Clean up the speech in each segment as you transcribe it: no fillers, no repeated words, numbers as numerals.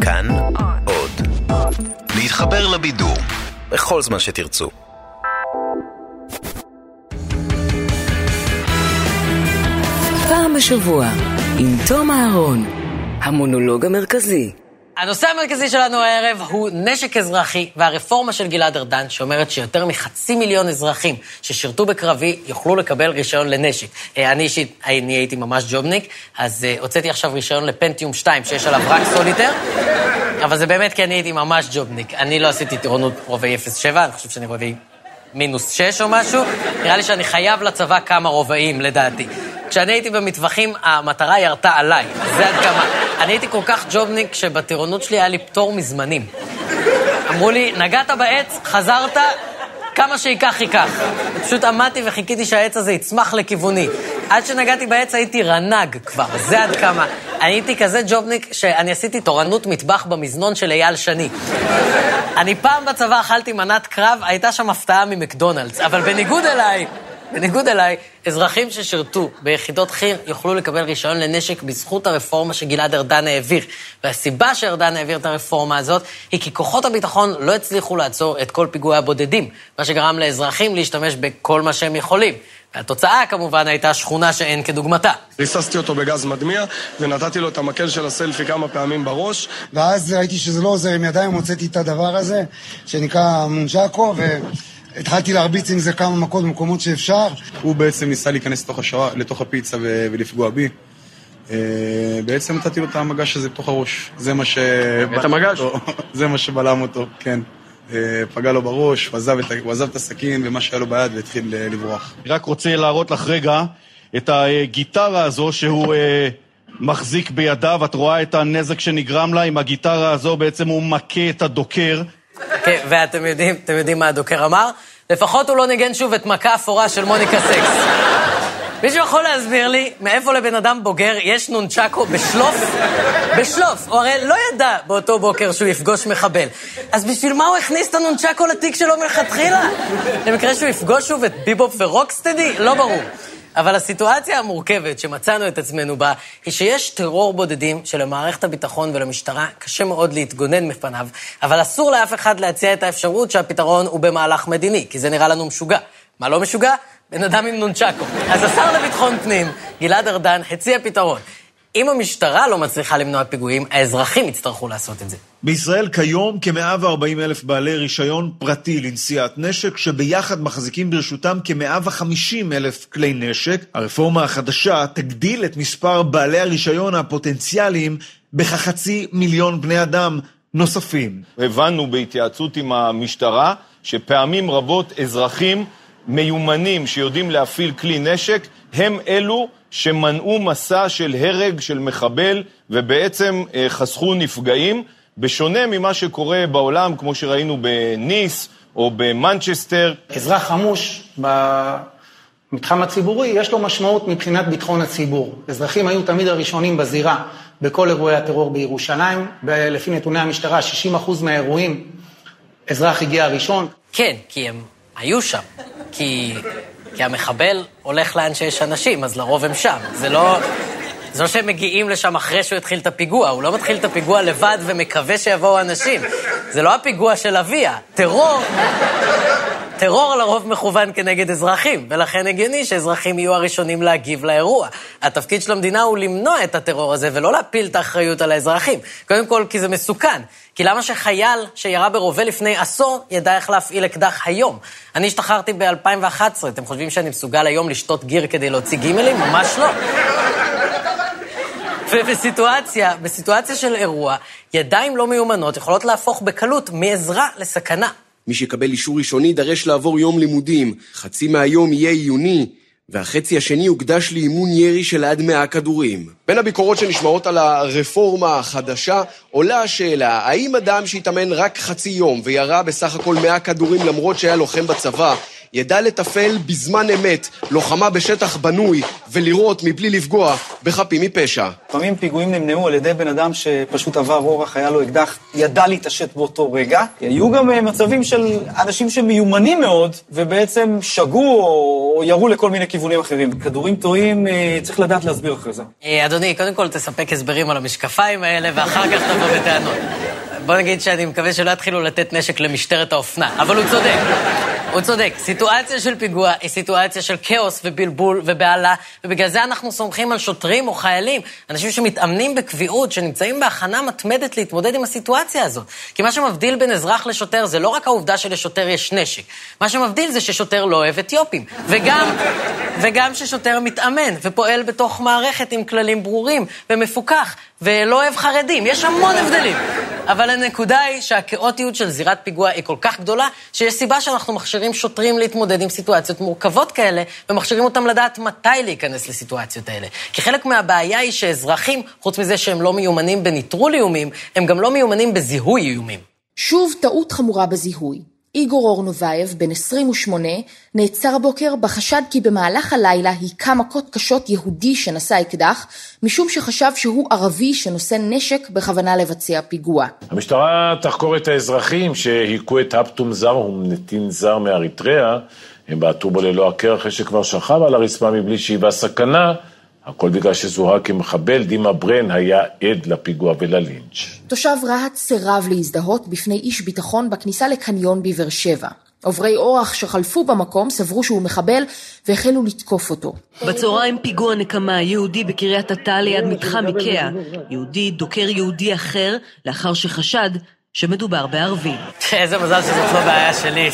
כאן עוד. להתחבר לבידור בכל זמן שתרצו. פעם בשבוע עם תום אהרון, המונולוג המרכזי. הנושא המרכזי שלנו הערב הוא נשק אזרחי והרפורמה של גלעד ארדן שאומרת שיותר מ500,000 אזרחים ששירתו בקרבי יוכלו לקבל רישיון לנשק. אני אישית הייתי ממש ג'ובניק, אז הוצאתי עכשיו רישיון לפנטיום 2 שיש עליו רק סוליטר, אבל זה באמת כי אני הייתי ממש ג'ובניק. אני לא עשיתי טירונות רובעי 07, אני חושב שאני רובעי -6 או משהו. נראה לי שאני חייב לצבא כמה רובעים לדעתי. כשאני הייתי במטווחים, המטרה ירתה עליי. זה עד כמה. אני הייתי כל כך ג'ובניק שבטירונות שלי היה לי פטור מזמנים. אמרו לי, נגעת בעץ, חזרת, כמה שיקח ייקח. פשוט עמדתי וחיכיתי שהעץ הזה יצמח לכיווני. עד שנגעתי בעץ הייתי רנג כבר, זה עד כמה. אני הייתי כזה ג'ובניק שאני עשיתי תורנות מטבח במזנון של אייל שני. אני פעם בצבא אכלתי מנת קרב, הייתה שם הפתעה ממקדונלדס, אבל בניגוד אליי, אזרחים ששירתו ביחידות חי"ר יוכלו לקבל רישיון לנשק בזכות הרפורמה שגלעד ארדן העביר. והסיבה שארדן העביר את הרפורמה הזאת היא כי כוחות הביטחון לא הצליחו לעצור את כל פיגועי הבודדים, מה שגרם לאזרחים להשתמש בכל מה שהם יכולים. והתוצאה כמובן הייתה שכונה שאין כדוגמתה. ריססתי אותו בגז מדמיע ונתתי לו את המקל של הסלפי כמה פעמים בראש. ואז ראיתי שזה לא עוזר עם ידיים, מוצאתי את הדבר הזה שנקרא מונג'קו התחלתי להרביץ עם זה כמה מכות במקומות שאפשר. הוא בעצם ניסה להיכנס לתוך הפיצה ולפגוע בי. בעצם נתתי לו את המגש הזה בתוך הראש. זה מה זה מה שבלם אותו, כן. פגע לו בראש, הוא עזב את הסכין ומה שהיה לו ביד והתחיל לברוח. אני רק רוצה להראות לך רגע את הגיטרה הזו שהוא מחזיק בידיו. את רואה את הנזק שנגרם לה. עם הגיטרה הזו בעצם הוא מכה את הדוקר. כן, ואתם יודעים מה הדוקר אמר? לפחות הוא לא ניגן שוב את מכה אפורה של מוניקה סקס. מישהו יכול להסביר לי מאיפה לבן אדם בוגר יש נונצ'קו בשלוף? הוא הרי לא ידע באותו בוקר שהוא יפגוש מחבל. אז בשביל מה הוא הכניס את הנונצ'קו לתיק שלו מלכתחילה? למקרה שהוא יפגוש שוב את ביבופ ורוקסטדי? לא ברור. אבל הסיטואציה המורכבת שמצאנו את עצמנו בה, היא שיש טרור בודדים שלמערכת הביטחון ולמשטרה קשה מאוד להתגונן מפניו, אבל אסור לאף אחד להציע את האפשרות שהפתרון הוא במהלך מדיני, כי זה נראה לנו משוגע. מה לא משוגע? בן אדם עם נונצ'קו. אז השר לביטחון פנים, גלעד ארדן, הציע פתרון. אם המשטרה לא מצליחה למנוע פיגועים, האזרחים יצטרכו לעשות את זה. בישראל כיום כ140,000 בעלי רישיון פרטי לנשיאת נשק, שביחד מחזיקים ברשותם כ150,000 כלי נשק. הרפורמה החדשה תגדיל את מספר בעלי הרישיון הפוטנציאליים ב500,000 בני אדם נוספים. הבנו בהתייעצות עם המשטרה שפעמים רבות אזרחים מיומנים שיודעים להפעיל כלי נשק הם אלו שמנעו מסע של הרג של מחבל ובעצם חסכו נפגעים, בשונה ממה שקורה בעולם כמו שראינו בניס או במנצ'סטר. אזרח חמוש במתחם הציבורי יש לו משמעות מבחינת ביטחון הציבור. אזרחים היו תמיד הראשונים בזירה בכל אירועי הטרור בירושלים. לפי נתוני המשטרה 60% מהאירועים אזרח הגיע הראשון. כן, כי הם היו שם. כי המחבל הולך לאן שיש אנשים, אז לרוב הם שם. זה לא שהם מגיעים לשם אחרי שהוא התחיל את הפיגוע. הוא לא מתחיל את הפיגוע לבד ומקווה שיבואו אנשים. זה לא הפיגוע של אביה. טרור לרוב מכוון כנגד אזרחים, ולכן הגיוני שאזרחים יהיו הראשונים להגיב לאירוע. התפקיד של המדינה הוא למנוע את הטרור הזה, ולא להפיל את האחריות על האזרחים. קודם כל, כי זה מסוכן. כי למה שחייל שירה ברובה לפני עשור ידע איך להפעיל אקדח היום? אני השתחררתי ב-2011. אתם חושבים שאני מסוגל היום לשתות גיר כדי להוציא גימלים? ממש לא. ובסיטואציה של אירוע, ידיים לא מיומנות יכולות להפוך בקלות מעזרה לסכנה. מי שיקבל אישור ראשוני דרש לעבור יום לימודים, חצי מהיום יהיה עיוני, והחצי השני יוקדש לאימון ירי של עד 100 כדורים. בין הביקורות שנשמעות על הרפורמה החדשה, עולה השאלה, האם אדם שהתאמן רק חצי יום וירה בסך הכל 100 כדורים למרות שהיה לוחם בצבא, ידע לתפעל בזמן אמת לוחמה בשטח בנוי ולראות מבלי לפגוע בחפים מפשע. לפעמים פיגועים נמנעו על ידי בן אדם שפשוט עבר אורח, היה לו אקדח, ידע להתעשת באותו רגע. היו גם מצבים של אנשים שמיומנים מאוד ובעצם שגו או ירו לכל מיני כיוונים אחרים. כדורים טועים צריך לדעת להסביר אחרי זה. אדוני, קודם כל תספק הסברים על המשקפיים האלה ואחר כך תבוא בטענות. בוא נגיד שאני מקווה שלא יתחילו לתת נשק למשטרת האופנה, אבל הוא צודק. הוא צודק. סיטואציה של פיגוע היא סיטואציה של כאוס ובלבול ובעלה, ובגלל זה אנחנו סומכים על שוטרים או חיילים, אנשים שמתאמנים בקביעות, שנמצאים בהכנה מתמדת להתמודד עם הסיטואציה הזאת. כי מה שמבדיל בין אזרח לשוטר זה לא רק העובדה שלשוטר יש נשק. מה שמבדיל זה ששוטר לא אוהב אתיופים. וגם ששוטר מתאמן ופועל בתוך מערכת עם כללים ברורים ומפוקח ולא אוהב חרדים. יש המון הבדלים. אבל הנקודה היא שהכאוטיות של זירת פיגוע היא כל כך גדולה, שיש סיבה שאנחנו מכשירים שוטרים להתמודד עם סיטואציות מורכבות כאלה, ומכשירים אותם לדעת מתי להיכנס לסיטואציות האלה. כי חלק מהבעיה היא שאזרחים, חוץ מזה שהם לא מיומנים בניטרול איומים, הם גם לא מיומנים בזיהוי איומים. שוב טעות חמורה בזיהוי. איגור אורנובייב, בן 28, נעצר הבוקר בחשד כי במהלך הלילה היכה מכות קשות יהודי שנשא אקדח, משום שחשב שהוא ערבי שנושא נשק בכוונה לבצע פיגוע. המשטרה תחקור את האזרחים שהיכו את הפטום זר, הוא נתין זר מאריתריאה, הם בעטו בו ללא הכר אחרי שכבר שכב על הרצפה מבלי שהיווה סכנה, הכל בגלל שזוהה כמחבל. דימה ברן היה עד לפיגוע וללינץ'. תושב רהט סירב להזדהות בפני איש ביטחון בכניסה לקניון בבאר שבע. עוברי אורח שחלפו במקום סברו שהוא מחבל והחלו לתקוף אותו. בצהריים פיגוע נקמה, יהודי בקריית אתא ליד מתחם איקאה. יהודי דוקר יהודי אחר לאחר שחשד שמדובר בערבי. איזה מזל שזאת לא בעיה שלי.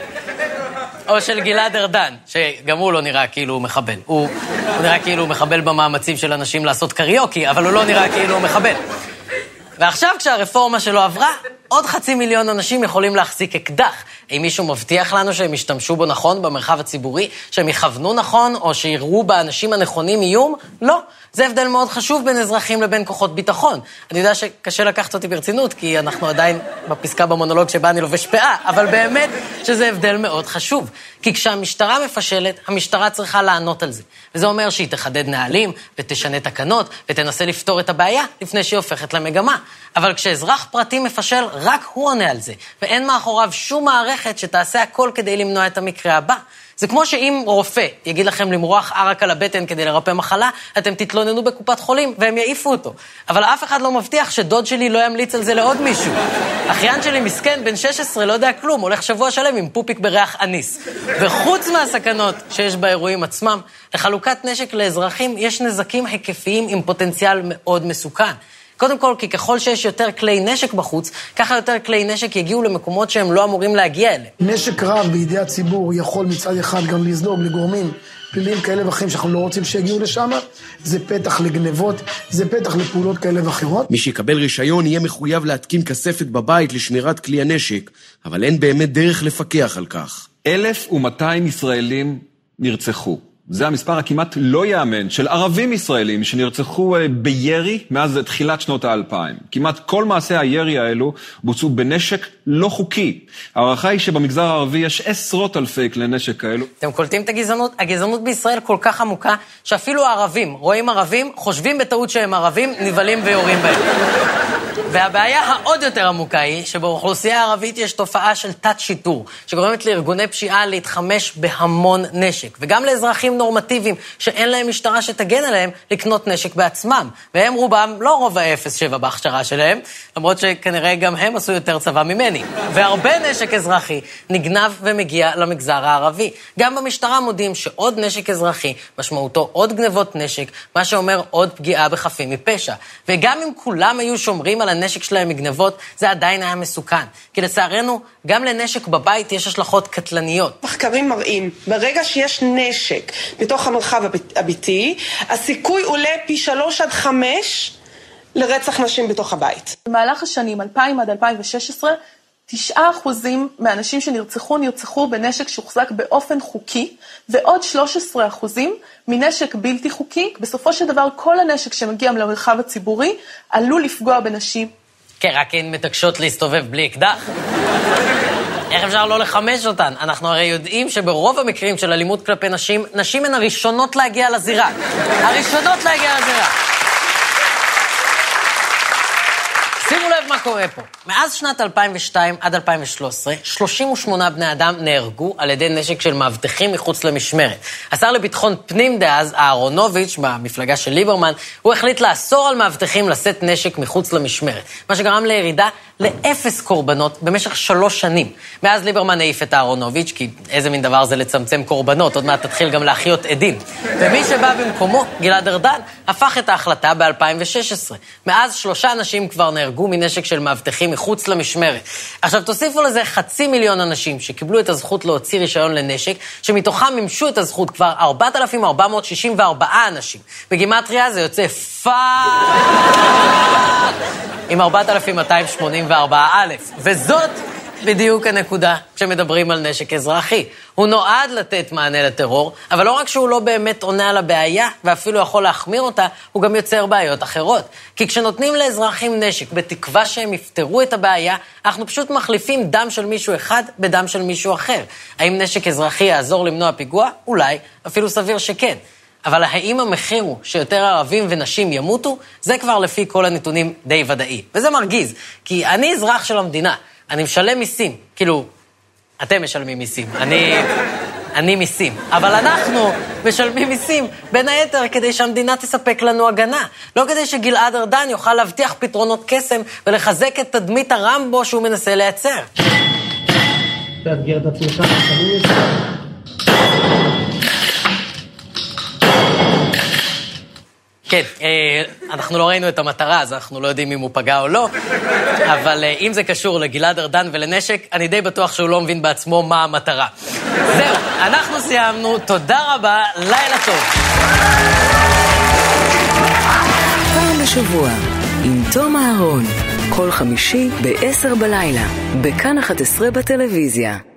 או של גלעד ארדן, שגם הוא לא נראה כאילו הוא מחבל. הוא נראה כאילו הוא מחבל במאמצים של אנשים לעשות קריוקי, אבל הוא לא נראה כאילו הוא מחבל. ועכשיו כשהרפורמה שלו עברה, עוד 500,000 אנשים יכולים להחזיק אקדח. אם מישהו מבטיח לנו שהם ישתמשו בו נכון במרחב הציבורי, שהם יכוונו נכון, או שיראו באנשים הנכונים איום? לא. זה הבדל מאוד חשוב בין אזרחים לבין כוחות ביטחון. אני יודע שקשה לקחת אותי ברצינות, כי אנחנו עדיין בפסקה במונולוג שבה אני לובש פאה, אבל באמת שזה הבדל מאוד חשוב. כי כשהמשטרה מפשלת, המשטרה צריכה לענות על זה. וזה אומר שהיא תחדד נהלים, ותשנה תקנות, ותנסה לפתור את הבעיה, לפני שהיא הופכת למגמה. אבל כשאזרח פרטי מפשל, רק הוא עונה על זה. ואין מאחוריו שום מערכת שתעשה הכל כדי למנוע את המקרה הבא. זה כמו שאם רופא יגיד לכם למרוח ערק על הבטן כדי לרפא מחלה, אתם תתלוננו בקופת חולים והם יעיפו אותו. אבל אף אחד לא מבטיח שדוד שלי לא ימליץ על זה לעוד מישהו. אחיין שלי מסכן, בן 16, לא יודע כלום, הולך שבוע שלם עם פופיק בריח אניס. וחוץ מהסכנות שיש באירועים עצמם, לחלוקת נשק לאזרחים יש נזקים היקפיים עם פוטנציאל מאוד מסוכן. קודם כל, כי ככל שיש יותר כלי נשק בחוץ, ככה יותר כלי נשק יגיעו למקומות שהם לא אמורים להגיע אליהם. נשק רב בידי הציבור יכול מצד אחד גם לזלוג לגורמים פליליים כאלה ואחרים שאנחנו לא רוצים שיגיעו לשם, זה פתח לגנבות, זה פתח לפעולות כאלה ואחרות. מי שיקבל רישיון יהיה מחויב להתקין כספת בבית לשמירת כלי הנשק, אבל אין באמת דרך לפקח על כך. 1,200 ישראלים נרצחו. זה המספר הכמעט לא יאמן של ערבים ישראלים שנרצחו בירי מאז תחילת שנות ה-2000. כמעט כל מעשי הירי האלו בוצעו בנשק לא חוקי. הערכה היא שבמגזר הערבי יש 10,000 כלי נשק כאלו. אתם קולטים את הגזענות? הגזענות בישראל כל כך עמוקה, שאפילו הערבים רואים ערבים, חושבים בטעות שהם ערבים, נבלים ויורים בהם. והבעיה העוד יותר עמוקה היא שבאוכלוסייה הערבית יש תופעה של תת-שיטור, שגורמת לארגוני פשיעה להתחמש בהמון נשק, וגם לאזרחים נורמטיביים שאין להם משטרה שתגן עליהם לקנות נשק בעצמם. והם רובם לא רוב ה-07 בהכשרה שלהם, למרות שכנראה גם הם עשו יותר צבא ממני. והרבה נשק אזרחי נגנב ומגיע למגזר הערבי. גם במשטרה מודים שעוד נשק אזרחי משמעותו עוד גנבות נשק, מה שאומר עוד פגיעה בחפים מפשע. וגם אם כולם היו שומרים על הנשק שלהם מגנבות, זה עדיין היה מסוכן. כי לצערנו, גם לנשק בבית יש השלכות קטלניות. מחקרים מראים, ברגע שיש נשק בתוך המרחב הביתי, הסיכוי עולה פי 3 עד 5 לרצח נשים בתוך הבית. במהלך השנים 2000 עד 2016, 9% מהאנשים נרצחו בנשק שהוחזק באופן חוקי, ועוד 13% מנשק בלתי חוקי. בסופו של דבר, כל הנשק שמגיע למרחב הציבורי עלול לפגוע בנשים. כן, רק הן מתעקשות להסתובב בלי אקדח. איך אפשר לא לחמש אותן? אנחנו הרי יודעים שברוב המקרים של אלימות כלפי נשים, נשים הן הראשונות להגיע לזירה. הראשונות להגיע לזירה. שימו לב מה קורה פה. מאז שנת 2002 עד 2013, 38 בני אדם נהרגו על ידי נשק של מאבטחים מחוץ למשמרת. השר לביטחון פנים דאז, אהרונוביץ', במפלגה של ליברמן, הוא החליט לאסור על מאבטחים לשאת נשק מחוץ למשמרת, מה שגרם לירידה לאפס קורבנות במשך 3 שנים. מאז ליברמן העיף את אהרונוביץ', כי איזה מין דבר זה לצמצם קורבנות, עוד מעט תתחיל גם להחיות עדים. ומי שבא במקומו, גלעד ארדן, הפך את ההחלטה ב-2016. מאז 3 אנשים כבר נהרגו מנשק של מאבטחים מחוץ למשמרת. עכשיו תוסיפו לזה 500,000 אנשים שקיבלו את הזכות להוציא רישיון לנשק, שמתוכם מימשו את הזכות כבר 4,464 אנשים. בגימטריה זה יוצא עם 4,284,000. וזאת בדיוק הנקודה כשמדברים על נשק אזרחי. הוא נועד לתת מענה לטרור, אבל לא רק שהוא לא באמת עונה על הבעיה, ואפילו יכול להחמיר אותה, הוא גם יוצר בעיות אחרות. כי כשנותנים לאזרחים נשק בתקווה שהם יפתרו את הבעיה, אנחנו פשוט מחליפים דם של מישהו אחד בדם של מישהו אחר. האם נשק אזרחי יעזור למנוע פיגוע? אולי, אפילו סביר שכן. אבל האם המחיר הוא שיותר ערבים ונשים ימותו? זה כבר לפי כל הנתונים די ודאי. וזה מרגיז, כי אני אזרח של המדינה, אני משלם מיסים, כאילו, אתם משלמים מיסים, אני מיסים. אבל אנחנו משלמים מיסים, בין היתר, כדי שהמדינה תספק לנו הגנה. לא כדי שגלעד ארדן יוכל להבטיח פתרונות קסם ולחזק את תדמית הרמבו שהוא מנסה לייצר. תאתגר את עצמך, כן, אנחנו לא ראינו את המטרה, אז אנחנו לא יודעים אם הוא פגע או לא, אבל אם זה קשור לגלעד ארדן ולנשק, אני די בטוח שהוא לא מבין בעצמו מה המטרה. זהו, אנחנו סיימנו, תודה רבה, לילה טוב. פעם בשבוע, עם תום אהרון, כל חמישי ב-10 בלילה, בכאן 11 בטלוויזיה.